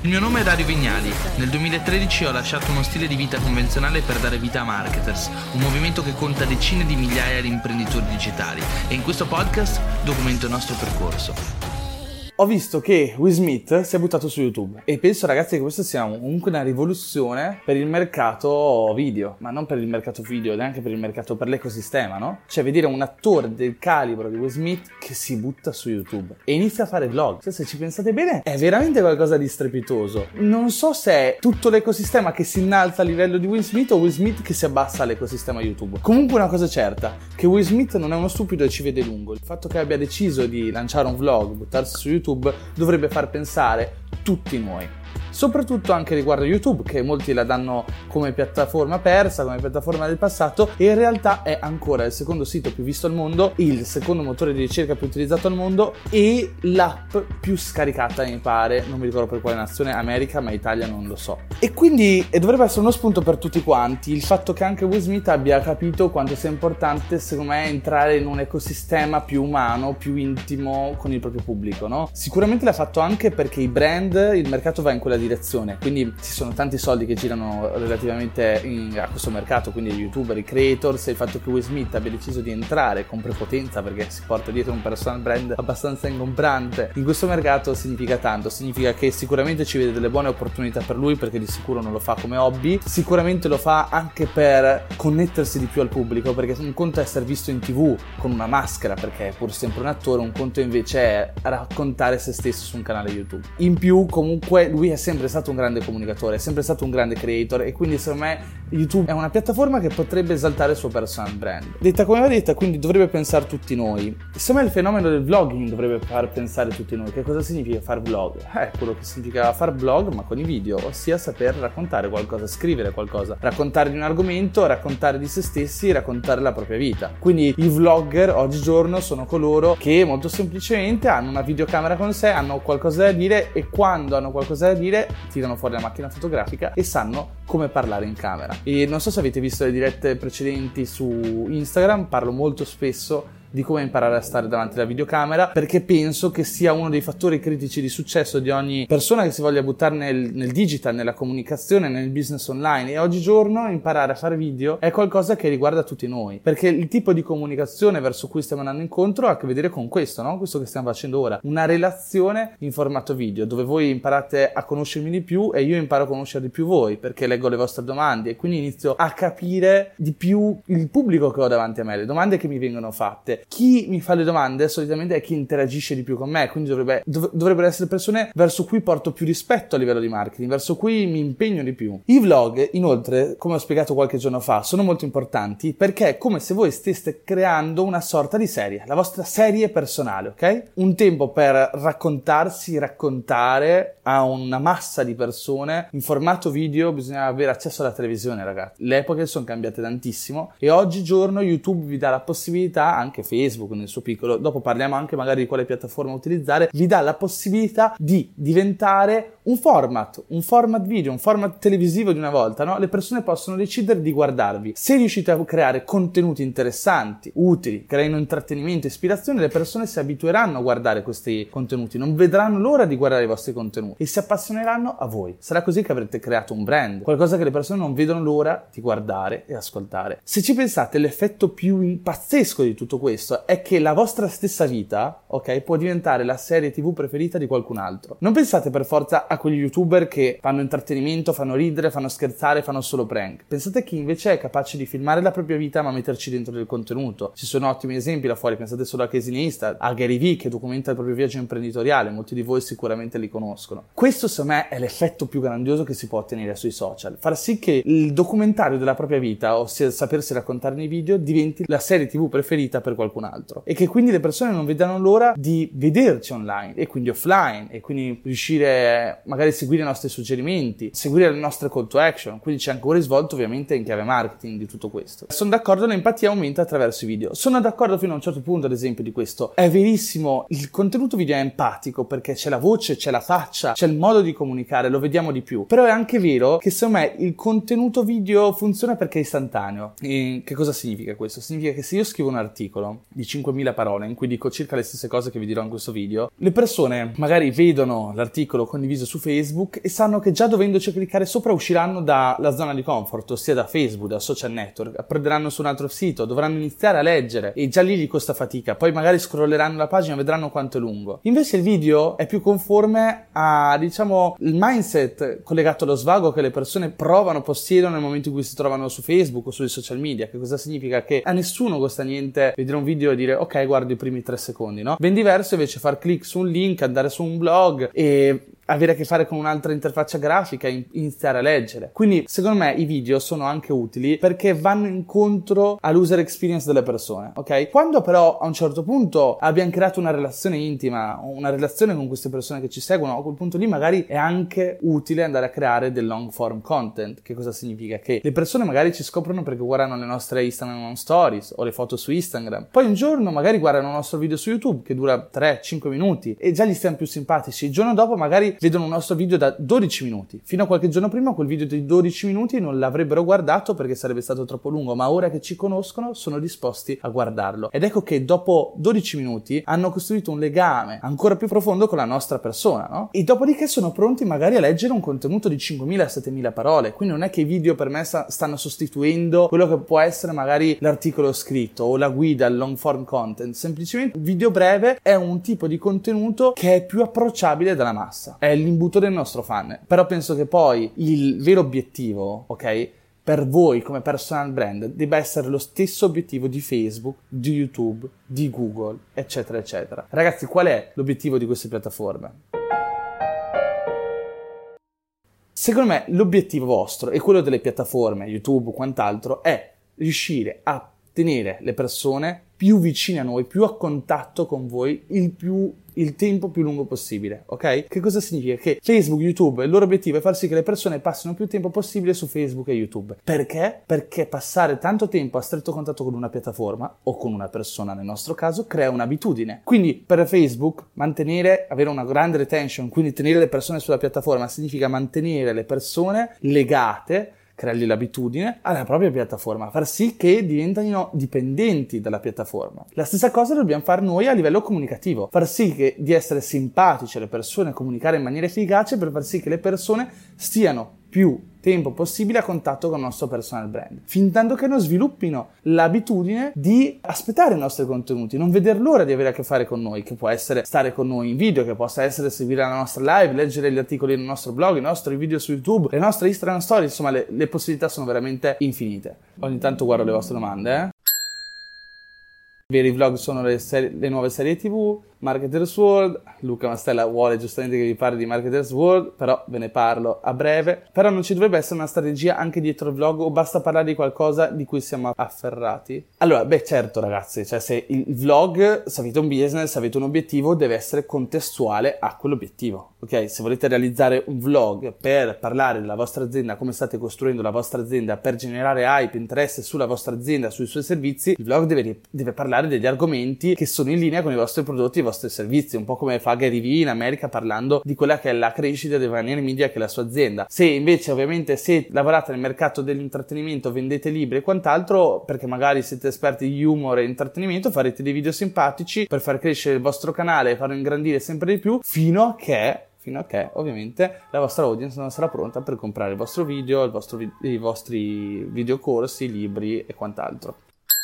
Il mio nome è Dario Vignali. Nel 2013 ho lasciato uno stile di vita convenzionale per dare vita a Marketers, un movimento che conta decine di migliaia di imprenditori digitali, e in questo podcast documento il nostro percorso. Ho visto che Will Smith si è buttato su YouTube e penso, ragazzi, che questa sia comunque una rivoluzione per il mercato video, ma non per il mercato video, neanche per il mercato, per l'ecosistema, no? Cioè vedere un attore del calibro di Will Smith che si butta su YouTube e inizia a fare vlog. Cioè, se ci pensate bene, è veramente qualcosa di strepitoso. Non so se è tutto l'ecosistema che si innalza a livello di Will Smith o Will Smith che si abbassa all'ecosistema YouTube. Comunque una cosa certa, che Will Smith non è uno stupido e ci vede lungo. Il fatto che abbia deciso di lanciare un vlog, buttarsi su YouTube, dovrebbe far pensare tutti noi, soprattutto anche riguardo YouTube, che molti la danno come piattaforma persa, come piattaforma del passato, e in realtà è ancora il secondo sito più visto al mondo, il secondo motore di ricerca più utilizzato al mondo e l'app più scaricata, mi pare, non mi ricordo per quale nazione, America, ma Italia non lo so. E quindi dovrebbe essere uno spunto per tutti quanti il fatto che anche Will Smith abbia capito quanto sia importante, secondo me, entrare in un ecosistema più umano, più intimo con il proprio pubblico, no? Sicuramente l'ha fatto anche perché i brand, il mercato va in quella direzione, quindi ci sono tanti soldi che girano relativamente a questo mercato, quindi gli youtuber, i creators, e il fatto che Will Smith abbia deciso di entrare con prepotenza perché si porta dietro un personal brand abbastanza ingombrante in questo mercato significa tanto, significa che sicuramente ci vede delle buone opportunità per lui, perché di sicuro non lo fa come hobby, sicuramente lo fa anche per connettersi di più al pubblico, perché un conto è essere visto in TV con una maschera perché è pur sempre un attore, un conto invece è raccontare se stesso su un canale YouTube. In più comunque lui è sempre stato un grande comunicatore, è sempre stato un grande creator, e quindi secondo me YouTube è una piattaforma che potrebbe esaltare il suo personal brand. Detta come va detta, quindi dovrebbe pensare tutti noi. Secondo me il fenomeno del vlogging dovrebbe far pensare tutti noi. Che cosa significa far vlog? Quello che significa far vlog ma con i video, ossia saper raccontare qualcosa, scrivere qualcosa, raccontare di un argomento, raccontare di se stessi, raccontare la propria vita. Quindi i vlogger oggigiorno sono coloro che molto semplicemente hanno una videocamera con sé, hanno qualcosa da dire, e quando hanno qualcosa da dire tirano fuori la macchina fotografica e sanno come parlare in camera. E non so se avete visto le dirette precedenti su Instagram, parlo molto spesso di come imparare a stare davanti alla videocamera, perché penso che sia uno dei fattori critici di successo di ogni persona che si voglia buttare nel digital, nella comunicazione, nel business online. E oggigiorno imparare a fare video è qualcosa che riguarda tutti noi, perché il tipo di comunicazione verso cui stiamo andando incontro ha a che vedere con questo, no? Questo che stiamo facendo ora, una relazione in formato video, dove voi imparate a conoscermi di più e io imparo a conoscere di più voi, perché leggo le vostre domande e quindi inizio a capire di più il pubblico che ho davanti a me, le domande che mi vengono fatte. Chi mi fa le domande solitamente è chi interagisce di più con me, quindi dovrebbero essere persone verso cui porto più rispetto a livello di marketing, verso cui mi impegno di più. I vlog, inoltre, come ho spiegato qualche giorno fa, sono molto importanti perché è come se voi steste creando una sorta di serie, la vostra serie personale, ok? Un tempo per raccontare a una massa di persone in formato video. Bisognava avere accesso alla televisione, ragazzi. Le epoche sono cambiate tantissimo e oggigiorno YouTube vi dà la possibilità, anche Facebook nel suo piccolo, dopo parliamo anche magari di quale piattaforma utilizzare, vi dà la possibilità di diventare un format video, un format televisivo di una volta, no? Le persone possono decidere di guardarvi. Se riuscite a creare contenuti interessanti, utili, creino intrattenimento, ispirazione, le persone si abitueranno a guardare questi contenuti, non vedranno l'ora di guardare i vostri contenuti e si appassioneranno a voi. Sarà così che avrete creato un brand, qualcosa che le persone non vedono l'ora di guardare e ascoltare. Se ci pensate, l'effetto più pazzesco di tutto questo è che la vostra stessa vita, ok, può diventare la serie TV preferita di qualcun altro. Non pensate per forza a quegli youtuber che fanno intrattenimento, fanno ridere, fanno scherzare, fanno solo prank. Pensate a chi invece è capace di filmare la propria vita ma metterci dentro del contenuto. Ci sono ottimi esempi là fuori, pensate solo a Casey Neistat, a Gary Vee che documenta il proprio viaggio imprenditoriale, molti di voi sicuramente li conoscono. Questo secondo me è l'effetto più grandioso che si può ottenere sui social, far sì che il documentario della propria vita, ossia sapersi raccontare nei video, diventi la serie TV preferita per qualcun altro, e che quindi le persone non vedano l'ora di vederci online e quindi offline, e quindi riuscire magari a seguire i nostri suggerimenti, seguire le nostre call to action. Quindi c'è anche un risvolto ovviamente in chiave marketing di tutto questo. Sono d'accordo, l'empatia aumenta attraverso i video. Sono d'accordo fino a un certo punto, ad esempio, di questo. È verissimo, il contenuto video è empatico perché c'è la voce, c'è la faccia, c'è il modo di comunicare, lo vediamo di più. Però è anche vero che secondo me il contenuto video funziona perché è istantaneo. E che cosa significa questo? Significa che se io scrivo un articolo di 5.000 parole in cui dico circa le stesse cose che vi dirò in questo video, le persone magari vedono l'articolo condiviso su Facebook e sanno che già dovendoci cliccare sopra usciranno dalla zona di comfort, ossia da Facebook, da social network, approderanno su un altro sito, dovranno iniziare a leggere e già lì gli costa fatica, poi magari scrolleranno la pagina, vedranno quanto è lungo. Invece il video è più conforme a, diciamo, il mindset collegato allo svago che le persone possiedono nel momento in cui si trovano su Facebook o sui social media. Che cosa significa? Che a nessuno costa niente vedere un video e dire ok, guardo i primi 3 secondi, no? Ben diverso invece far click su un link, andare su un blog e avere a che fare con un'altra interfaccia grafica e iniziare a leggere. Quindi secondo me i video sono anche utili perché vanno incontro all'user experience delle persone, ok? Quando però a un certo punto abbiamo creato una relazione intima, una relazione con queste persone che ci seguono, a quel punto lì magari è anche utile andare a creare del long form content. Che cosa significa? Che le persone magari ci scoprono perché guardano le nostre Instagram stories o le foto su Instagram, poi un giorno magari guardano un nostro video su YouTube che dura 3-5 minuti e già gli stiamo più simpatici, il giorno dopo magari vedono un nostro video da 12 minuti. Fino a qualche giorno prima quel video di 12 minuti non l'avrebbero guardato perché sarebbe stato troppo lungo, ma ora che ci conoscono sono disposti a guardarlo. Ed ecco che dopo 12 minuti hanno costruito un legame ancora più profondo con la nostra persona, no? E dopodiché sono pronti magari a leggere un contenuto di 5.000-7.000 parole. Quindi non è che i video per me stanno sostituendo quello che può essere magari l'articolo scritto o la guida, il long form content. Semplicemente il video breve è un tipo di contenuto che è più approcciabile dalla massa. È l'imbuto del nostro fan. Però penso che poi il vero obiettivo, ok, per voi come personal brand debba essere lo stesso obiettivo di Facebook, di YouTube, di Google, eccetera, eccetera. Ragazzi, qual è l'obiettivo di queste piattaforme? Secondo me l'obiettivo vostro e quello delle piattaforme, YouTube o quant'altro, è riuscire a tenere le persone più vicine a noi, più a contatto con voi il tempo più lungo possibile, ok? Che cosa significa? Che Facebook, YouTube, il loro obiettivo è far sì che le persone passino più tempo possibile su Facebook e YouTube. Perché? Perché passare tanto tempo a stretto contatto con una piattaforma o con una persona nel nostro caso crea un'abitudine. Quindi per Facebook avere una grande retention, quindi tenere le persone sulla piattaforma significa mantenere le persone legate, creargli l'abitudine alla propria piattaforma, far sì che diventino dipendenti dalla piattaforma. La stessa cosa dobbiamo fare noi a livello comunicativo, far sì di essere simpatici alle persone, comunicare in maniera efficace per far sì che le persone stiano più tempo possibile a contatto con il nostro personal brand, fin tanto che non sviluppino l'abitudine di aspettare i nostri contenuti, non veder l'ora di avere a che fare con noi, che può essere stare con noi in video, che possa essere seguire la nostra live, leggere gli articoli nel nostro blog, i nostri video su YouTube, le nostre Instagram stories, insomma le possibilità sono veramente infinite. Ogni tanto guardo le vostre domande, I veri vlog sono le nuove serie TV, Marketers World. Luca Mastella vuole giustamente che vi parli di Marketers World, però ve ne parlo a breve. Però non ci dovrebbe essere una strategia anche dietro il vlog o basta parlare di qualcosa di cui siamo afferrati? Allora, certo ragazzi, cioè se il vlog, se avete un business, se avete un obiettivo, deve essere contestuale a quell'obiettivo, ok? Se volete realizzare un vlog per parlare della vostra azienda, come state costruendo la vostra azienda, per generare hype, interesse sulla vostra azienda, sui suoi servizi, il vlog deve parlare degli argomenti che sono in linea con i vostri prodotti e i vostri servizi, un po' come fa Gary Vee in America parlando di quella che è la crescita dei Vanier Media, che è la sua azienda. Se invece ovviamente se lavorate nel mercato dell'intrattenimento, vendete libri e quant'altro, perché magari siete esperti di humor e intrattenimento, farete dei video simpatici per far crescere il vostro canale e farlo ingrandire sempre di più fino a che ovviamente la vostra audience non sarà pronta per comprare il vostro video, i vostri videocorsi, libri e quant'altro.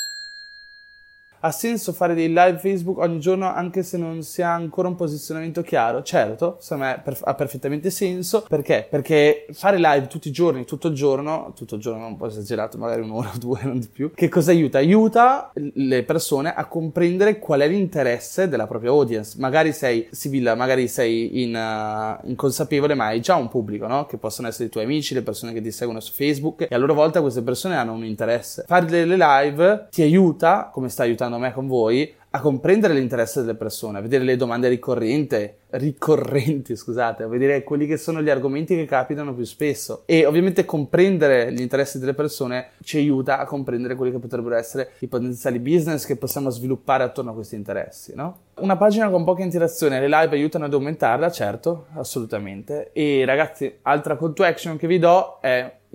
Ha senso fare dei live Facebook ogni giorno anche se non si ha ancora un posizionamento chiaro? Certo, secondo me ha perfettamente senso. Perché? Perché fare live tutti i giorni, tutto il giorno è un po' esagerato, magari un'ora o due, non di più. Che cosa aiuta? Aiuta le persone a comprendere qual è l'interesse della propria audience. Magari sei sibilla, magari sei inconsapevole, ma hai già un pubblico, no? Che possono essere i tuoi amici, le persone che ti seguono su Facebook, e a loro volta queste persone hanno un interesse. Fare delle live ti aiuta, come sta aiutando me con voi, a comprendere l'interesse delle persone, a vedere le domande ricorrenti, scusate, a vedere quelli che sono gli argomenti che capitano più spesso, e ovviamente comprendere gli interessi delle persone ci aiuta a comprendere quelli che potrebbero essere i potenziali business che possiamo sviluppare attorno a questi interessi, no? Una pagina con poca interazione, le live aiutano ad aumentarla? Certo, assolutamente. E ragazzi, altra call to action che vi do è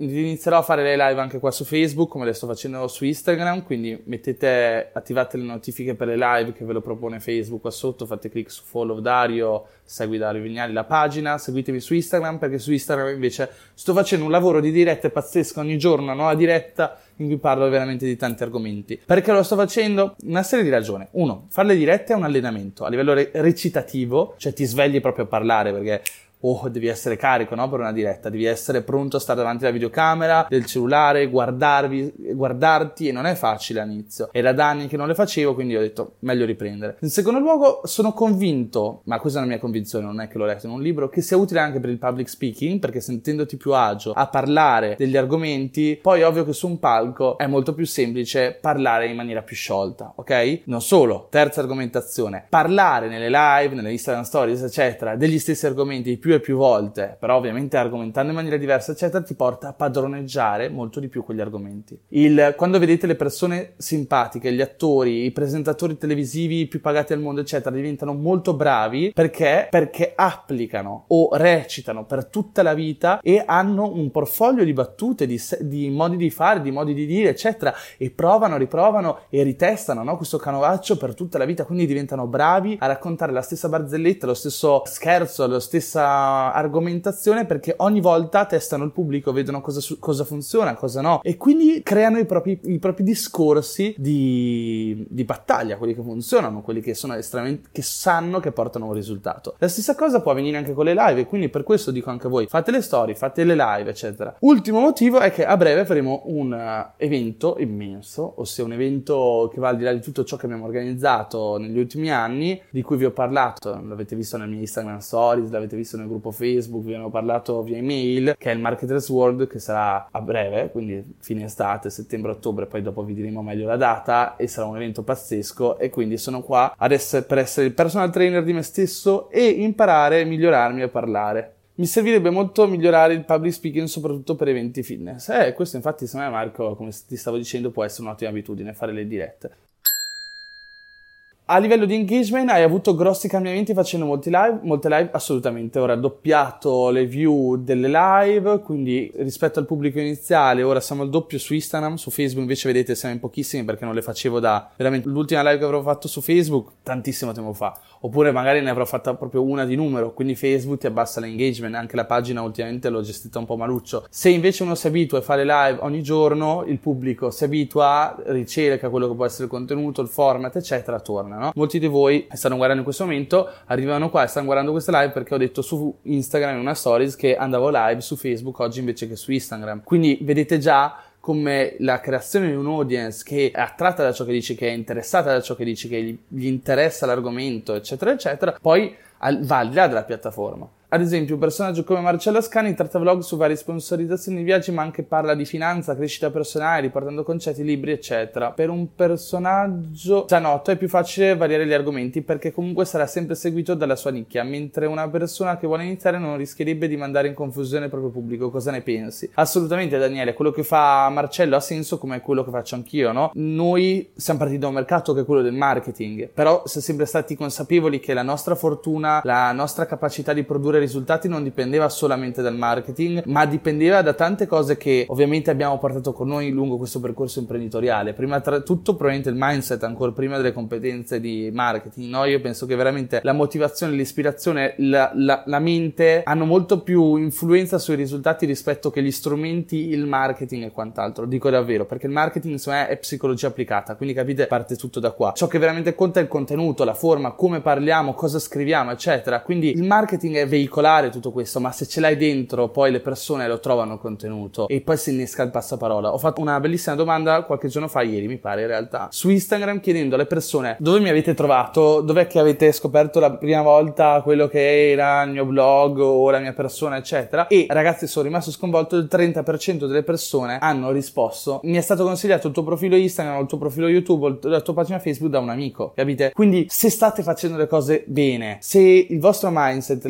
inizierò a fare le live anche qua su Facebook, come le sto facendo su Instagram, quindi attivate le notifiche per le live che ve lo propone Facebook qua sotto, fate clic su follow Dario, segui Dario Vignali la pagina, seguitemi su Instagram, perché su Instagram invece sto facendo un lavoro di dirette pazzesco, ogni giorno una nuova diretta in cui parlo veramente di tanti argomenti. Perché lo sto facendo? Una serie di ragioni. Uno, fare le dirette è un allenamento a livello recitativo, cioè ti svegli proprio a parlare, perché devi essere carico, no? Per una diretta, devi essere pronto a stare davanti alla videocamera, del cellulare, guardarti, e non è facile all'inizio. Era da anni che non le facevo, quindi ho detto meglio riprendere. In secondo luogo, sono convinto, ma questa è una mia convinzione, non è che l'ho letto in un libro, che sia utile anche per il public speaking, perché sentendoti più agio a parlare degli argomenti, poi ovvio che su un palco è molto più semplice parlare in maniera più sciolta, ok? Non solo, terza argomentazione, parlare nelle live, nelle Instagram stories, eccetera, degli stessi argomenti più e più volte, però ovviamente argomentando in maniera diversa, eccetera, ti porta a padroneggiare molto di più quegli argomenti. Quando vedete le persone simpatiche, gli attori, i presentatori televisivi più pagati al mondo, eccetera, diventano molto bravi perché applicano o recitano per tutta la vita e hanno un portfolio di battute, di modi di fare, di modi di dire, eccetera, e provano, riprovano e ritestano, no? Questo canovaccio per tutta la vita, quindi diventano bravi a raccontare la stessa barzelletta, lo stesso scherzo, la stessa argomentazione, perché ogni volta testano il pubblico, vedono cosa funziona, cosa no, e quindi creano i propri discorsi di battaglia, quelli che funzionano, quelli che sono estremamente, che sanno che portano un risultato. La stessa cosa può avvenire anche con le live, e quindi per questo dico anche a voi, fate le storie, fate le live, eccetera. Ultimo motivo è che a breve faremo un evento immenso, ossia un evento che va al di là di tutto ciò che abbiamo organizzato negli ultimi anni, di cui vi ho parlato, l'avete visto nel mio Instagram Stories, l'avete visto nel gruppo Facebook, vi abbiamo parlato via email, che è il Marketers World, che sarà a breve, quindi fine estate, settembre-ottobre, poi dopo vi diremo meglio la data, e sarà un evento pazzesco, e quindi sono qua per essere il personal trainer di me stesso e imparare e migliorarmi a parlare. Mi servirebbe molto migliorare il public speaking, soprattutto per eventi fitness. Questo infatti, secondo me, Marco, come ti stavo dicendo, può essere un'ottima abitudine, fare le dirette. A livello di engagement hai avuto grossi cambiamenti facendo molte live, assolutamente. Ora doppiato le view delle live, quindi rispetto al pubblico iniziale ora siamo al doppio su Instagram. Su Facebook invece vedete siamo in pochissimi, perché non le facevo da veramente l'ultima live che avrò fatto su Facebook tantissimo tempo fa, oppure magari ne avrò fatta proprio una di numero, quindi Facebook ti abbassa l'engagement. Anche la pagina ultimamente l'ho gestita un po' maluccio. Se invece uno si abitua a fare live ogni giorno, il pubblico si abitua, ricerca quello che può essere il contenuto, il format, eccetera, torna, no? Molti di voi stanno guardando in questo momento, arrivano qua e stanno guardando questa live perché ho detto su Instagram in una stories che andavo live su Facebook oggi invece che su Instagram. Quindi vedete già come la creazione di un audience che è attratta da ciò che dici, che è interessata da ciò che dici, che gli interessa l'argomento, eccetera, eccetera, poi va al di là della piattaforma. Ad esempio, un personaggio come Marcello Ascani tratta vlog su varie sponsorizzazioni di viaggi, ma anche parla di finanza, crescita personale, riportando concetti, libri, eccetera. Per un personaggio già noto è più facile variare gli argomenti, perché comunque sarà sempre seguito dalla sua nicchia, mentre una persona che vuole iniziare non rischierebbe di mandare in confusione il proprio pubblico. Cosa ne pensi? Assolutamente, Daniele, quello che fa Marcello ha senso come quello che faccio anch'io, no? Noi siamo partiti da un mercato che è quello del marketing, però siamo sempre stati consapevoli che la nostra fortuna, la nostra capacità di produrre risultati non dipendeva solamente dal marketing, ma dipendeva da tante cose che ovviamente abbiamo portato con noi lungo questo percorso imprenditoriale. Prima tra tutto probabilmente il mindset, ancora prima delle competenze di marketing, no? Io penso che veramente la motivazione, l'ispirazione, la mente hanno molto più influenza sui risultati rispetto che gli strumenti, il marketing e quant'altro. Dico davvero, perché il marketing insomma è psicologia applicata, quindi capite, parte tutto da qua. Ciò che veramente conta è il contenuto, la forma, come parliamo, cosa scriviamo, eccetera. Quindi il marketing è veicolare tutto questo, ma se ce l'hai dentro poi le persone lo trovano contenuto e poi si innesca il passaparola. Ho fatto una bellissima domanda qualche giorno fa, ieri mi pare in realtà, su Instagram, chiedendo alle persone dove mi avete trovato, dov'è che avete scoperto la prima volta quello che era il mio blog o la mia persona, eccetera, e ragazzi sono rimasto sconvolto, il 30% delle persone hanno risposto: mi è stato consigliato il tuo profilo Instagram, il tuo profilo YouTube, la tua pagina Facebook da un amico, capite? Quindi se state facendo le cose bene, se il vostro mindset, la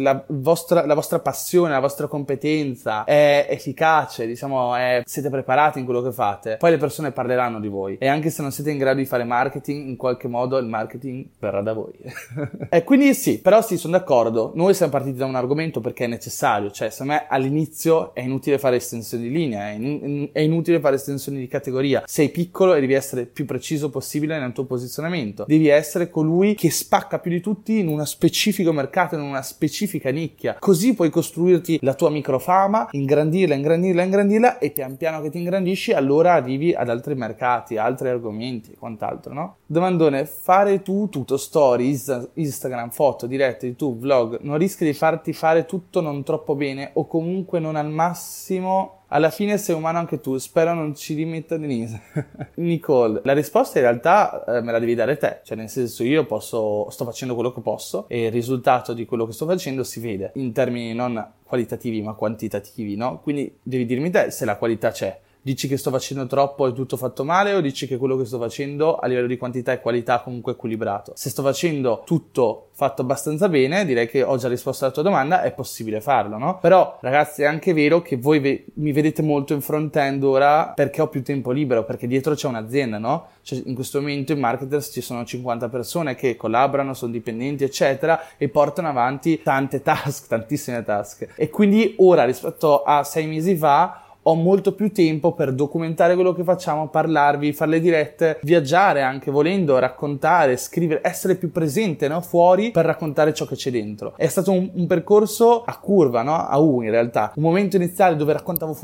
la vostra passione, la vostra competenza è efficace, diciamo, siete preparati in quello che fate, poi le persone parleranno di voi, e anche se non siete in grado di fare marketing, in qualche modo il marketing verrà da voi. E quindi sì, però sì, sono d'accordo, noi siamo partiti da un argomento perché è necessario, cioè secondo me all'inizio è inutile fare estensioni di linea, è inutile fare estensioni di categoria, sei piccolo e devi essere il più preciso possibile nel tuo posizionamento, devi essere colui che spacca più di tutti in uno specifico mercato, in una specifica nicchia, così puoi costruirti la tua microfama, ingrandirla e pian piano che ti ingrandisci allora arrivi ad altri mercati, altri argomenti e quant'altro, no? Domandone, fare tutto, stories, Instagram, foto, dirette, YouTube, vlog, non rischi di farti fare tutto non troppo bene o comunque non al massimo? Alla fine sei umano anche tu, spero non ci rimetta Denise. Nicole, la risposta in realtà me la devi dare te, cioè nel senso io sto facendo quello che posso e il risultato di quello che sto facendo si vede in termini non qualitativi ma quantitativi, no? Quindi devi dirmi te se la qualità c'è. Dici che sto facendo troppo e tutto fatto male o dici che quello che sto facendo a livello di quantità e qualità comunque equilibrato? Se sto facendo tutto fatto abbastanza bene, direi che ho già risposto alla tua domanda, è possibile farlo, no? Però ragazzi è anche vero che voi mi vedete molto in front-end ora perché ho più tempo libero, perché dietro c'è un'azienda, no? Cioè in questo momento in Marketers ci sono 50 persone che collaborano, sono dipendenti eccetera e portano avanti tantissime task, e quindi ora rispetto a 6 mesi fa ho molto più tempo per documentare quello che facciamo, parlarvi, fare le dirette, viaggiare anche volendo, raccontare, scrivere, essere più presente, no? Fuori per raccontare ciò che c'è dentro. È stato un percorso a curva, no? A U in realtà. Un momento iniziale dove raccontavo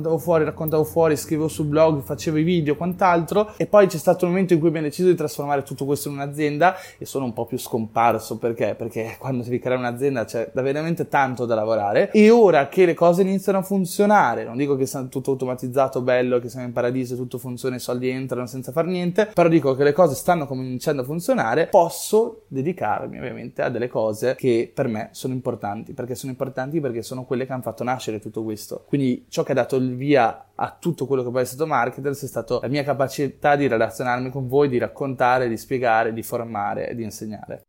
fuori, scrivevo sul blog, facevo i video, quant'altro, e poi c'è stato un momento in cui abbiamo deciso di trasformare tutto questo in un'azienda e sono un po' più scomparso. Perché? Perché quando devi creare un'azienda c'è veramente tanto da lavorare, e ora che le cose iniziano a funzionare, non dico che sia tutto automatizzato, bello, che siamo in paradiso, tutto funziona, i soldi entrano senza far niente, però dico che le cose stanno cominciando a funzionare, posso dedicarmi ovviamente a delle cose che per me sono importanti perché sono quelle che hanno fatto nascere tutto questo. Quindi ciò che ha dato il via a tutto quello che poi è stato Marketers è stato la mia capacità di relazionarmi con voi, di raccontare, di spiegare, di formare e di insegnare.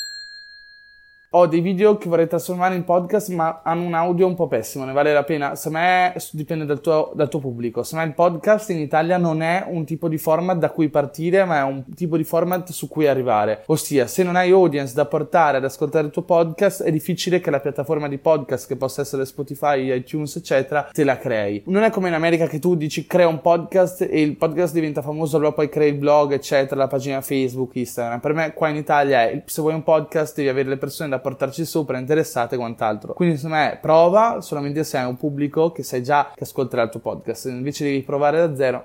Ho dei video che vorrei trasformare in podcast ma hanno un audio un po' pessimo, ne vale la pena? Se me dipende dal tuo pubblico. Se me il podcast in Italia non è un tipo di format da cui partire, ma è un tipo di format su cui arrivare. Ossia, se non hai audience da portare ad ascoltare il tuo podcast, è difficile che la piattaforma di podcast, che possa essere Spotify, iTunes, eccetera, te la crei. Non è come in America che tu dici crea un podcast e il podcast diventa famoso, allora poi crei il blog, eccetera, la pagina Facebook, Instagram. Per me qua in Italia è, se vuoi un podcast devi avere le persone da portarci sopra, interessate e quant'altro. Quindi secondo me prova solamente se hai un pubblico che sai già che ascolterà il tuo podcast, invece devi provare da zero.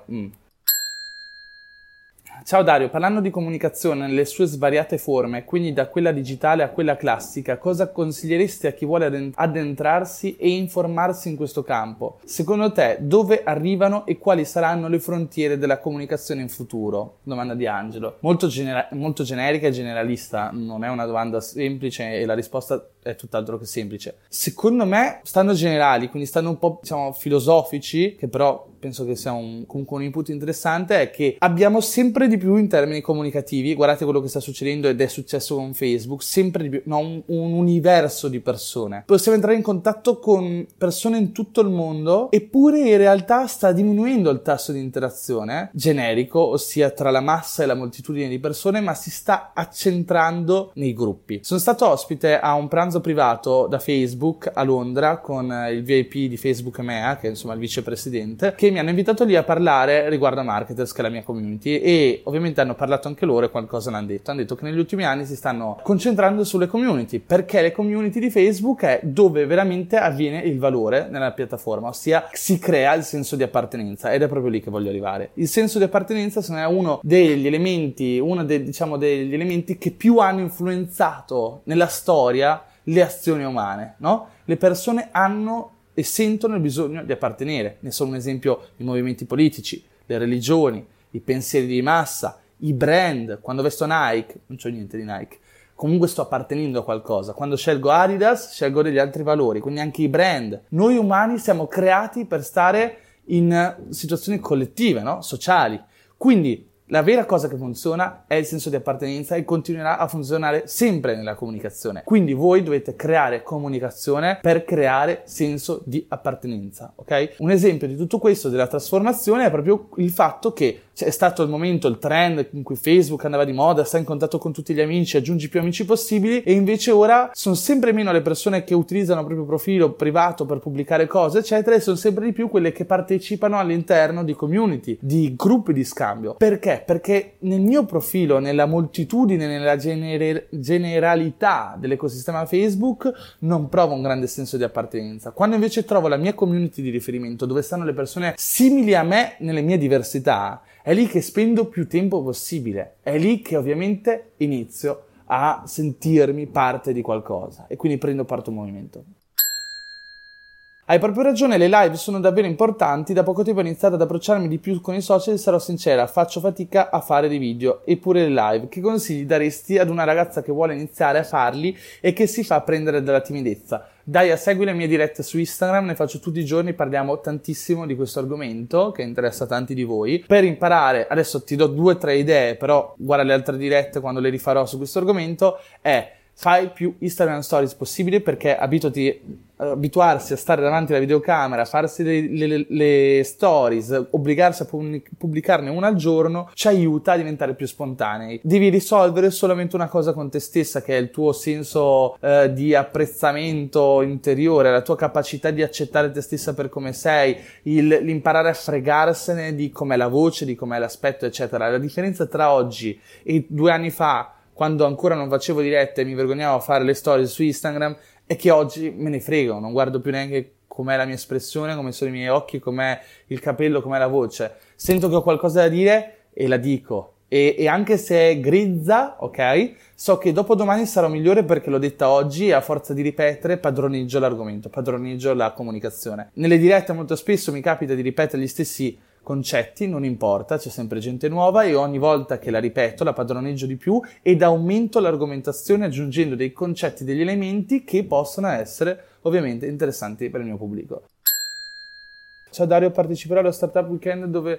Ciao Dario, parlando di comunicazione nelle sue svariate forme, quindi da quella digitale a quella classica, cosa consiglieresti a chi vuole addentrarsi e informarsi in questo campo? Secondo te, dove arrivano e quali saranno le frontiere della comunicazione in futuro? Domanda di Angelo. Molto generica e generalista, non è una domanda semplice e la risposta è tutt'altro che semplice. Secondo me, stando generali, quindi stando un po', diciamo, filosofici, che però penso che sia comunque un input interessante, è che abbiamo sempre di più in termini comunicativi, guardate quello che sta succedendo ed è successo con Facebook, sempre di più, un universo di persone. Possiamo entrare in contatto con persone in tutto il mondo, eppure in realtà sta diminuendo il tasso di interazione generico, ossia tra la massa e la moltitudine di persone, ma si sta accentrando nei gruppi. Sono stato ospite a un pranzo privato da Facebook a Londra con il VIP di Facebook EMEA, che è insomma il vicepresidente, che mi hanno invitato lì a parlare riguardo a Marketers, che è la mia community, e ovviamente hanno parlato anche loro e qualcosa l'hanno detto. Hanno detto che negli ultimi anni si stanno concentrando sulle community, perché le community di Facebook è dove veramente avviene il valore nella piattaforma, ossia si crea il senso di appartenenza, ed è proprio lì che voglio arrivare. Il senso di appartenenza è uno degli elementi, degli elementi che più hanno influenzato nella storia le azioni umane, no? Le persone hanno e sentono il bisogno di appartenere. Ne sono un esempio i movimenti politici, le religioni, i pensieri di massa, i brand. Quando vesto Nike, non c'ho niente di Nike, comunque sto appartenendo a qualcosa. Quando scelgo Adidas, scelgo degli altri valori, quindi anche i brand. Noi umani siamo creati per stare in situazioni collettive, no? Sociali. Quindi La vera cosa che funziona è il senso di appartenenza e continuerà a funzionare sempre nella comunicazione. Quindi voi dovete creare comunicazione per creare senso di appartenenza, ok? Un esempio di tutto questo, della trasformazione, è proprio il fatto che c'è stato il momento, il trend in cui Facebook andava di moda, stai in contatto con tutti gli amici, aggiungi più amici possibili, e invece ora sono sempre meno le persone che utilizzano il proprio profilo privato per pubblicare cose, eccetera, e sono sempre di più quelle che partecipano all'interno di community, di gruppi di scambio. Perché? Perché nel mio profilo, nella moltitudine, nella generalità dell'ecosistema Facebook, non provo un grande senso di appartenenza. Quando invece trovo la mia community di riferimento, dove stanno le persone simili a me nelle mie diversità, è lì che spendo più tempo possibile. È lì che ovviamente inizio a sentirmi parte di qualcosa e quindi prendo parte a un movimento. Hai proprio ragione, le live sono davvero importanti. Da poco tempo ho iniziato ad approcciarmi di più con i social e sarò sincera, faccio fatica a fare dei video, eppure le live. Che consigli daresti ad una ragazza che vuole iniziare a farli e che si fa prendere dalla timidezza? Dai, segui le mie dirette su Instagram, ne faccio tutti i giorni, parliamo tantissimo di questo argomento che interessa a tanti di voi. Per imparare, adesso ti do 2 o 3 idee, però guarda le altre dirette quando le rifarò su questo argomento, fai più Instagram Stories possibile, perché abituarsi a stare davanti alla videocamera, farsi le stories, obbligarsi a pubblicarne una al giorno, ci aiuta a diventare più spontanei. Devi risolvere solamente una cosa con te stessa, che è il tuo senso di apprezzamento interiore, la tua capacità di accettare te stessa per come sei, l'imparare a fregarsene di com'è la voce, di com'è l'aspetto, eccetera. La differenza tra oggi e 2 anni fa, quando ancora non facevo dirette e mi vergognavo a fare le stories su Instagram, è che oggi me ne frego, non guardo più neanche com'è la mia espressione, come sono i miei occhi, com'è il capello, com'è la voce. Sento che ho qualcosa da dire e la dico. E anche se è grezza, ok? So che dopodomani sarò migliore perché l'ho detta oggi e a forza di ripetere padroneggio l'argomento, padroneggio la comunicazione. Nelle dirette molto spesso mi capita di ripetere gli stessi concetti, non importa, c'è sempre gente nuova e ogni volta che la ripeto la padroneggio di più ed aumento l'argomentazione aggiungendo dei concetti, degli elementi che possono essere ovviamente interessanti per il mio pubblico. Ciao Dario, parteciperò allo Startup Weekend dove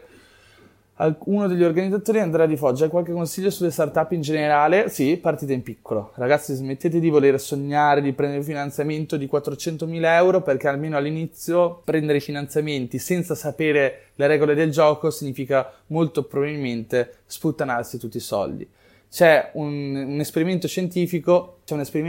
uno degli organizzatori andrà di Foggia. Hai qualche consiglio sulle startup in generale? Sì, partite in piccolo. Ragazzi, smettete di voler sognare di prendere finanziamento di 400.000 euro, perché almeno all'inizio prendere i finanziamenti senza sapere le regole del gioco significa molto probabilmente sputtanarsi tutti i soldi. C'è un esperimento scientifico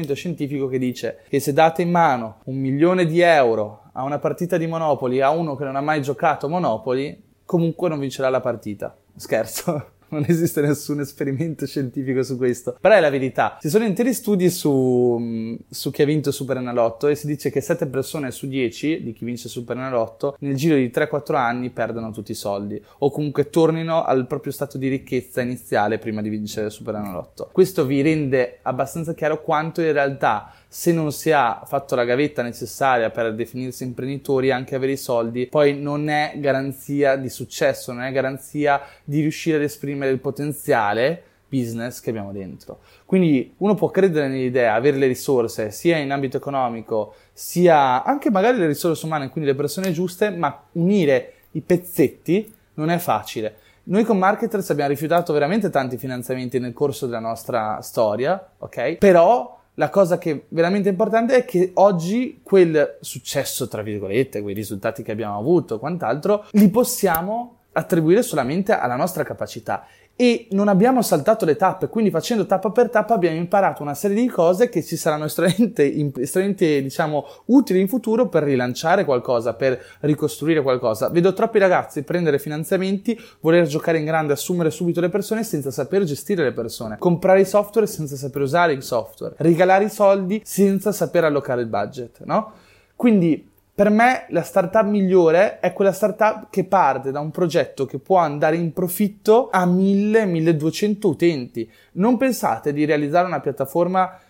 che dice che se date in mano 1 milione di euro a una partita di Monopoli a uno che non ha mai giocato a Monopoli, comunque non vincerà la partita. Scherzo, non esiste nessun esperimento scientifico su questo, però è la verità. Ci sono interi studi su chi ha vinto Superenalotto e si dice che 7 persone su 10 di chi vince Superenalotto nel giro di 3-4 anni perdono tutti i soldi o comunque tornino al proprio stato di ricchezza iniziale prima di vincere Superenalotto. Questo vi rende abbastanza chiaro quanto in realtà, se non si ha fatto la gavetta necessaria per definirsi imprenditori, anche avere i soldi poi non è garanzia di successo, non è garanzia di riuscire ad esprimere il potenziale business che abbiamo dentro. Quindi uno può credere nell'idea, avere le risorse sia in ambito economico sia anche magari le risorse umane, quindi le persone giuste, ma unire i pezzetti non è facile. Noi con Marketers abbiamo rifiutato veramente tanti finanziamenti nel corso della nostra storia, ok? Però la cosa che è veramente importante è che oggi quel successo, tra virgolette, quei risultati che abbiamo avuto e quant'altro, li possiamo attribuire solamente alla nostra capacità. E non abbiamo saltato le tappe, quindi facendo tappa per tappa abbiamo imparato una serie di cose che ci saranno estremamente diciamo, utili in futuro per rilanciare qualcosa, per ricostruire qualcosa. Vedo troppi ragazzi prendere finanziamenti, voler giocare in grande, assumere subito le persone senza saper gestire le persone, comprare i software senza saper usare il software, regalare i soldi senza saper allocare il budget, no? Quindi per me la startup migliore è quella startup che parte da un progetto che può andare in profitto a 1000-1200 utenti. Non pensate di realizzare una piattaforma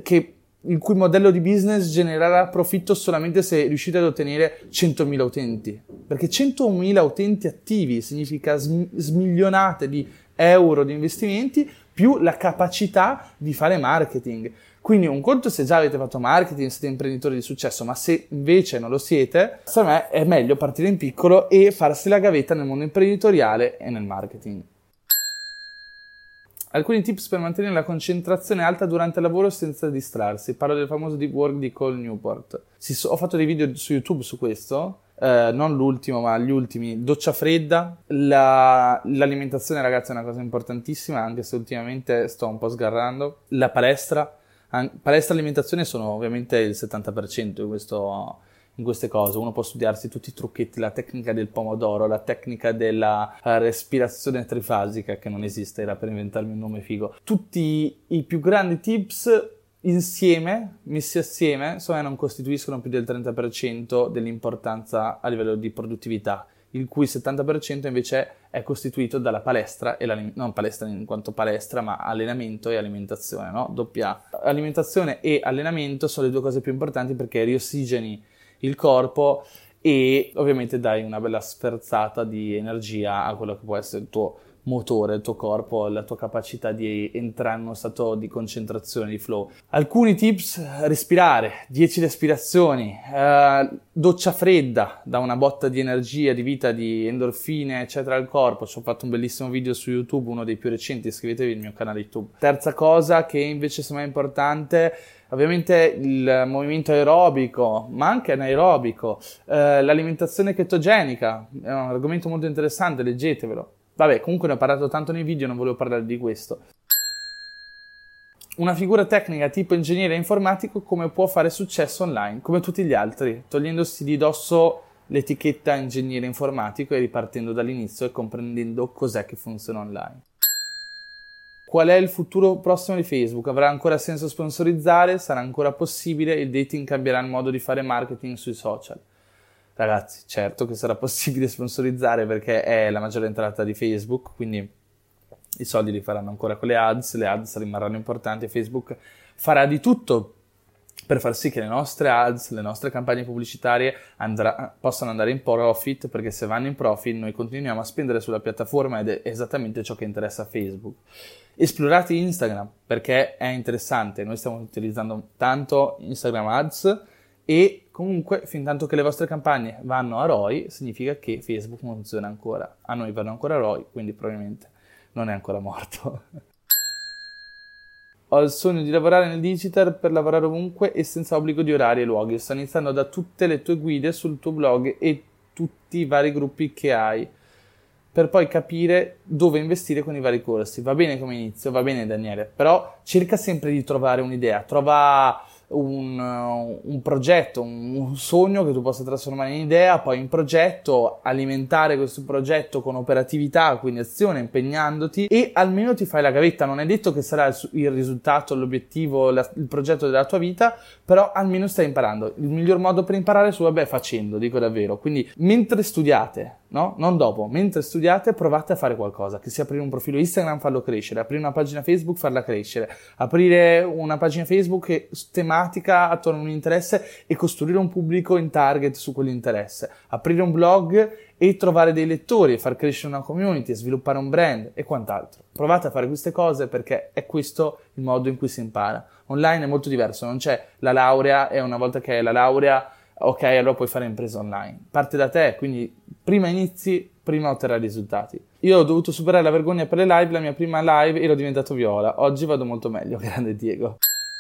il cui modello di business genererà profitto solamente se riuscite ad ottenere 100.000 utenti. Perché 100.000 utenti attivi significa smilionate di euro di investimenti più la capacità di fare marketing. Quindi un conto se già avete fatto marketing, siete imprenditori di successo, ma se invece non lo siete, secondo me è meglio partire in piccolo e farsi la gavetta nel mondo imprenditoriale e nel marketing. Alcuni tips per mantenere la concentrazione alta durante il lavoro senza distrarsi. Parlo del famoso deep work di Cole Newport. Ho fatto dei video su YouTube su questo, non l'ultimo ma gli ultimi. Doccia fredda, l'alimentazione ragazzi è una cosa importantissima, anche se ultimamente sto un po' sgarrando. La palestra e alimentazione sono ovviamente il 70% in queste cose. Uno può studiarsi tutti i trucchetti, la tecnica del pomodoro, la tecnica della respirazione trifasica, che non esiste, era per inventarmi un nome figo. Tutti i più grandi tips insieme, messi assieme, secondo me non costituiscono più del 30% dell'importanza a livello di produttività, il cui 70% invece è costituito dalla palestra e non palestra in quanto palestra, ma allenamento e alimentazione, no? Doppia A. Alimentazione e allenamento sono le due cose più importanti perché riosigeni il corpo e ovviamente dai una bella sferzata di energia a quello che può essere il tuo motore, il tuo corpo, la tua capacità di entrare in uno stato di concentrazione, di flow. Alcuni tips: respirare, 10 respirazioni, doccia fredda, dà una botta di energia, di vita, di endorfine, eccetera al corpo. Ci ho fatto un bellissimo video su YouTube, uno dei più recenti, iscrivetevi al mio canale YouTube. Terza cosa che invece secondo me è importante, ovviamente il movimento aerobico, ma anche anaerobico, l'alimentazione chetogenica, è un argomento molto interessante, leggetevelo. Vabbè, comunque ne ho parlato tanto nei video, non volevo parlare di questo. Una figura tecnica tipo ingegnere informatico come può fare successo online, come tutti gli altri, togliendosi di dosso l'etichetta ingegnere informatico e ripartendo dall'inizio e comprendendo cos'è che funziona online. Qual è il futuro prossimo di Facebook? Avrà ancora senso sponsorizzare? Sarà ancora possibile? Il dating cambierà il modo di fare marketing sui social? Ragazzi, certo che sarà possibile sponsorizzare perché è la maggiore entrata di Facebook, quindi i soldi li faranno ancora con le ads rimarranno importanti e Facebook farà di tutto per far sì che le nostre ads, le nostre campagne pubblicitarie possano andare in profit, perché se vanno in profit noi continuiamo a spendere sulla piattaforma ed è esattamente ciò che interessa a Facebook. Esplorate Instagram perché è interessante, noi stiamo utilizzando tanto Instagram Ads e comunque fin tanto che le vostre campagne vanno a ROI significa che Facebook funziona ancora, a noi vanno ancora a ROI, quindi probabilmente non è ancora morto. Ho il sogno di lavorare nel digital per lavorare ovunque e senza obbligo di orari e luoghi. Sto iniziando da tutte le tue guide sul tuo blog e tutti i vari gruppi che hai, per poi capire dove investire con i vari corsi. Va bene come inizio, va bene Daniele, però cerca sempre di trovare un'idea, trova un progetto, un sogno che tu possa trasformare in idea, poi in progetto, alimentare questo progetto con operatività, quindi azione, impegnandoti e almeno ti fai la gavetta. Non è detto che sarà il risultato, l'obiettivo, il progetto della tua vita, però almeno stai imparando. Il miglior modo per imparare è facendo, dico davvero. Quindi mentre studiate, no? Non dopo, mentre studiate provate a fare qualcosa, che sia aprire un profilo Instagram, farlo crescere, aprire una pagina Facebook, farla crescere, aprire una pagina Facebook tematica attorno a un interesse e costruire un pubblico in target su quell'interesse, aprire un blog e trovare dei lettori e far crescere una community, sviluppare un brand e quant'altro. Provate a fare queste cose perché è questo il modo in cui si impara. Online è molto diverso, non c'è la laurea e una volta che hai la laurea, ok, allora puoi fare impresa online. Parte da te, quindi prima inizi, prima otterrai risultati. Io ho dovuto superare la vergogna per le live, la mia prima live ero diventato viola. Oggi vado molto meglio, grande Diego.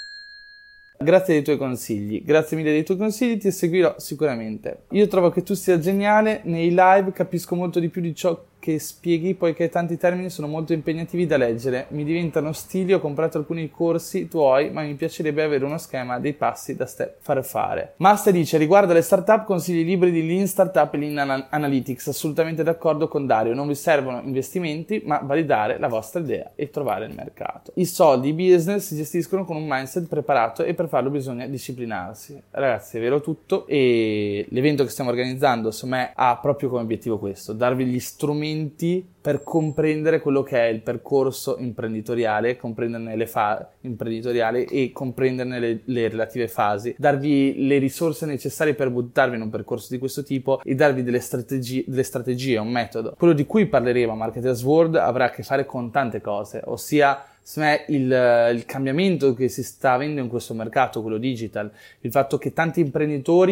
Grazie dei tuoi consigli, grazie mille dei tuoi consigli, ti seguirò sicuramente. Io trovo che tu sia geniale, nei live capisco molto di più di ciò che spieghi, poiché tanti termini sono molto impegnativi da leggere, mi diventano stili, ho comprato alcuni corsi tuoi, ma mi piacerebbe avere uno schema dei passi da far fare. Master dice, riguardo alle startup, consigli libri di Lean Startup e Lean Analytics, assolutamente d'accordo con Dario, non vi servono investimenti, ma validare la vostra idea e trovare il mercato. I soldi, i business si gestiscono con un mindset preparato e per farlo bisogna disciplinarsi. Ragazzi, è vero tutto e l'evento che stiamo organizzando, secondo me, ha proprio come obiettivo questo, darvi gli strumenti per comprendere quello che è il percorso imprenditoriale, comprenderne le fasi imprenditoriali e comprenderne le relative fasi, darvi le risorse necessarie per buttarvi in un percorso di questo tipo e darvi delle strategie, un metodo. Quello di cui parleremo a Marketers World avrà a che fare con tante cose, ossia secondo me il cambiamento che si sta avendo in questo mercato, quello digital, il fatto che tanti imprenditori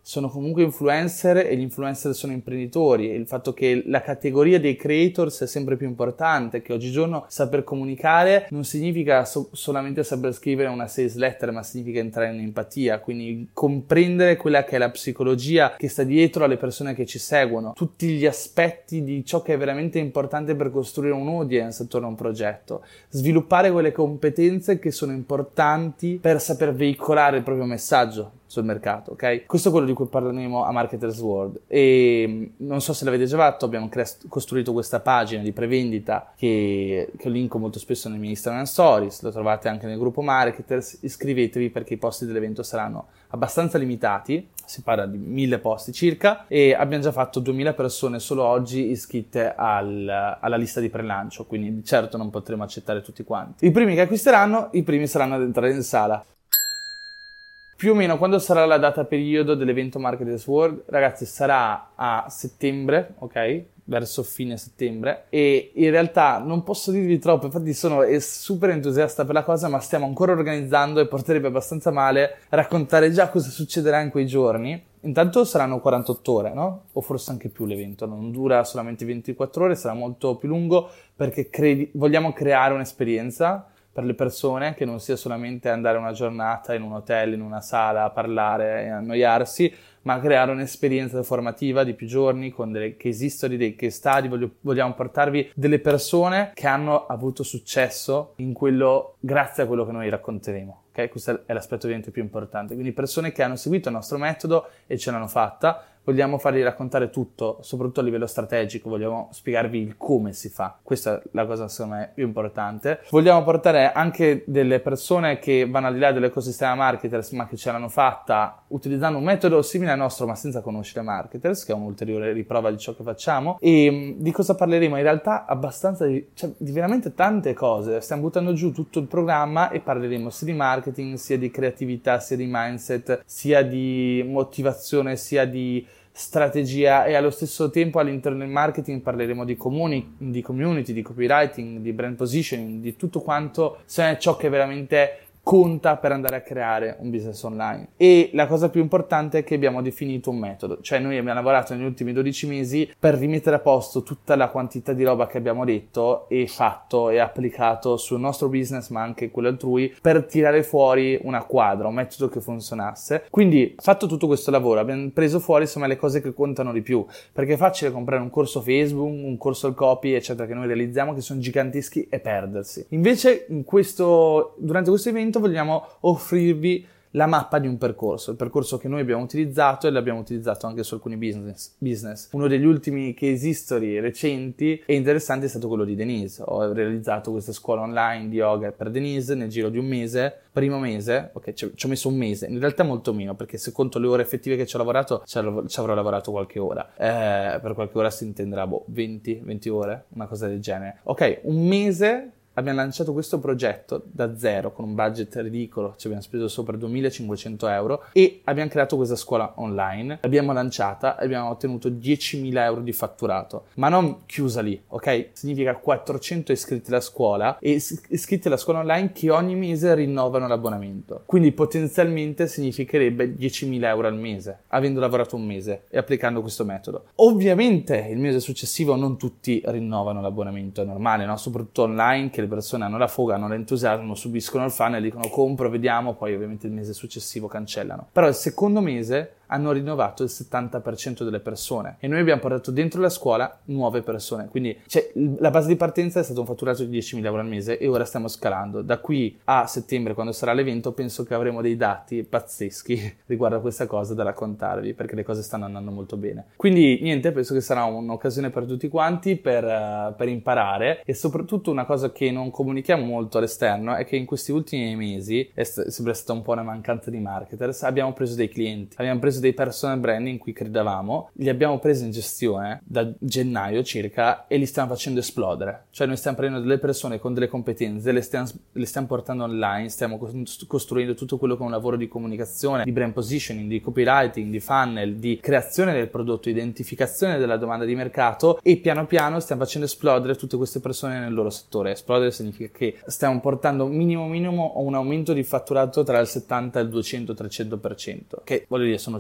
sono comunque influencer e gli influencer sono imprenditori, il fatto che la categoria dei creators è sempre più importante, che oggigiorno saper comunicare non significa solamente saper scrivere una sales letter, ma significa entrare in empatia, quindi comprendere quella che è la psicologia che sta dietro alle persone che ci seguono, tutti gli aspetti di ciò che è veramente importante per costruire un audience attorno a un progetto, sviluppare quelle competenze che sono importanti per saper veicolare il proprio messaggio sul mercato, ok? Questo è quello di cui parleremo a Marketers World e non so se l'avete già fatto, abbiamo costruito questa pagina di prevendita che linko molto spesso nei miei Instagram Stories, lo trovate anche nel gruppo Marketers, iscrivetevi perché i posti dell'evento saranno abbastanza limitati, si parla di 1000 posti circa e abbiamo già fatto 2000 persone solo oggi iscritte alla lista di prelancio, quindi certo non potremo accettare tutti quanti. I primi che acquisteranno, i primi saranno ad entrare in sala. Più o meno quando sarà la data periodo dell'evento Marketers World, ragazzi, sarà a settembre, ok? Verso fine settembre, e in realtà non posso dirvi troppo, infatti sono super entusiasta per la cosa, ma stiamo ancora organizzando e porterebbe abbastanza male raccontare già cosa succederà in quei giorni. Intanto saranno 48 ore, no? O forse anche più l'evento, non dura solamente 24 ore, sarà molto più lungo perché vogliamo creare un'esperienza per le persone, che non sia solamente andare una giornata in un hotel, in una sala a parlare e annoiarsi, ma creare un'esperienza formativa di più giorni con delle case history, dei case study. Vogliamo portarvi delle persone che hanno avuto successo in quello grazie a quello che noi racconteremo. Okay? Questo è l'aspetto ovviamente più importante. Quindi persone che hanno seguito il nostro metodo e ce l'hanno fatta. Vogliamo fargli raccontare tutto, soprattutto a livello strategico, vogliamo spiegarvi il come si fa. Questa è la cosa secondo me più importante. Vogliamo portare anche delle persone che vanno al di là dell'ecosistema Marketers, ma che ce l'hanno fatta utilizzando un metodo simile al nostro, ma senza conoscere Marketers, che è un'ulteriore riprova di ciò che facciamo. E di cosa parleremo? In realtà abbastanza di veramente tante cose. Stiamo buttando giù tutto il programma e parleremo sia di marketing, sia di creatività, sia di mindset, sia di motivazione, sia di strategia, e allo stesso tempo all'interno del marketing parleremo di community, di copywriting, di brand positioning, di tutto quanto sia ciò che veramente conta per andare a creare un business online. E la cosa più importante è che abbiamo definito un metodo, cioè noi abbiamo lavorato negli ultimi 12 mesi per rimettere a posto tutta la quantità di roba che abbiamo detto e fatto e applicato sul nostro business, ma anche quello altrui, per tirare fuori una quadra, un metodo che funzionasse. Quindi, fatto tutto questo lavoro, abbiamo preso fuori insomma le cose che contano di più, perché è facile comprare un corso Facebook, un corso al copy, eccetera, che noi realizziamo, che sono giganteschi, e perdersi. Invece durante questo evento vogliamo offrirvi la mappa di un percorso, il percorso che noi abbiamo utilizzato, e l'abbiamo utilizzato anche su alcuni business. Uno degli ultimi case history recenti e interessanti è stato quello di Denise. Ho realizzato questa scuola online di yoga per Denise nel giro di un mese. Primo mese, ok, ci ho messo un mese, in realtà molto meno, perché se conto le ore effettive che ci ho lavorato, ci avrò lavorato qualche ora. Per qualche ora si intenderà 20 ore, una cosa del genere. Ok, un mese. Abbiamo lanciato questo progetto da zero con un budget ridicolo, ci abbiamo speso sopra 2.500 euro e abbiamo creato questa scuola online, l'abbiamo lanciata e abbiamo ottenuto 10.000 euro di fatturato, ma non chiusa lì, ok? Significa 400 iscritti alla scuola e iscritti alla scuola online che ogni mese rinnovano l'abbonamento, quindi potenzialmente significherebbe 10.000 euro al mese, avendo lavorato un mese e applicando questo metodo. Ovviamente il mese successivo non tutti rinnovano l'abbonamento, è normale, no? Soprattutto online, che le persone hanno la foga, hanno l'entusiasmo, subiscono il funnel, dicono compro, vediamo, poi ovviamente il mese successivo cancellano. Però il secondo mese hanno rinnovato il 70% delle persone e noi abbiamo portato dentro la scuola nuove persone, quindi la base di partenza è stato un fatturato di 10.000 euro al mese e ora stiamo scalando. Da qui a settembre, quando sarà l'evento, penso che avremo dei dati pazzeschi riguardo a questa cosa da raccontarvi, perché le cose stanno andando molto bene. Quindi niente, penso che sarà un'occasione per tutti quanti per imparare, e soprattutto una cosa che non comunichiamo molto all'esterno è che in questi ultimi mesi è sempre stata un po' una mancanza di marketers. Abbiamo preso dei clienti, abbiamo preso dei personal brand in cui credevamo, li abbiamo presi in gestione da gennaio circa e li stiamo facendo esplodere. Cioè noi stiamo prendendo delle persone con delle competenze, le stiamo portando online, stiamo costruendo tutto quello che è un lavoro di comunicazione, di brand positioning, di copywriting, di funnel, di creazione del prodotto, identificazione della domanda di mercato, e piano piano stiamo facendo esplodere tutte queste persone nel loro settore. Esplodere significa che stiamo portando minimo un aumento di fatturato tra il 70 e il 200-300%, che voglio dire sono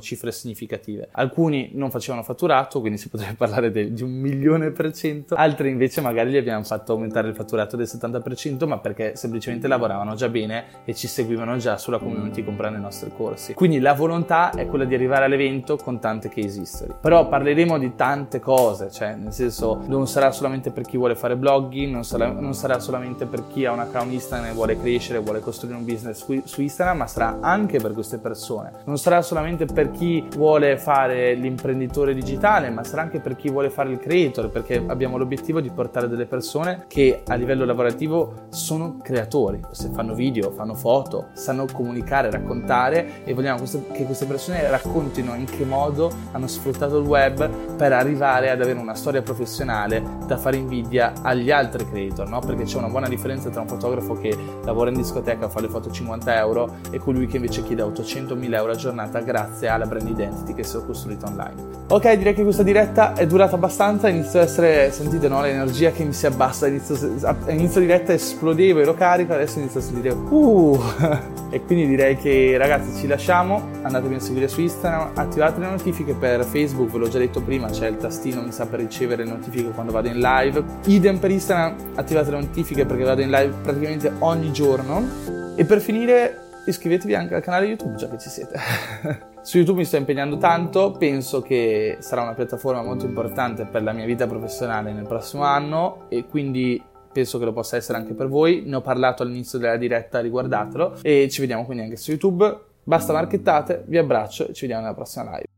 cifre significative. Alcuni non facevano fatturato, quindi si potrebbe parlare di 1.000.000%, altri invece magari gli abbiamo fatto aumentare il fatturato del 70%, ma perché semplicemente lavoravano già bene e ci seguivano già sulla community comprando i nostri corsi. Quindi la volontà è quella di arrivare all'evento con tante case history. Però parleremo di tante cose, cioè nel senso non sarà solamente per chi vuole fare blogging, non sarà solamente per chi ha un account Instagram e vuole crescere, vuole costruire un business su Instagram, ma sarà anche per queste persone. Non sarà solamente per chi vuole fare l'imprenditore digitale, ma sarà anche per chi vuole fare il creator, perché abbiamo l'obiettivo di portare delle persone che a livello lavorativo sono creatori, se fanno video, fanno foto, sanno comunicare, raccontare, e vogliamo che queste persone raccontino in che modo hanno sfruttato il web per arrivare ad avere una storia professionale da fare invidia agli altri creator, no? Perché c'è una buona differenza tra un fotografo che lavora in discoteca, fa le foto 50 euro, e colui che invece chiede 800.000 euro a giornata grazie alla brand identity che si è costruita online. Ok, direi che questa diretta è durata abbastanza, inizio a essere, sentite no, l'energia che mi si abbassa, inizio diretta esplodevo, ero carico, adesso inizio a sentire e quindi direi che ragazzi ci lasciamo, andatemi a seguire su Instagram, attivate le notifiche per Facebook, ve l'ho già detto prima, c'è il tastino mi sa per ricevere le notifiche quando vado in live, idem per Instagram, attivate le notifiche perché vado in live praticamente ogni giorno, e per finire iscrivetevi anche al canale YouTube già che ci siete. Su YouTube mi sto impegnando tanto, penso che sarà una piattaforma molto importante per la mia vita professionale nel prossimo anno, e quindi penso che lo possa essere anche per voi. Ne ho parlato all'inizio della diretta, riguardatelo, e ci vediamo quindi anche su YouTube. Basta marchettate, vi abbraccio e ci vediamo nella prossima live.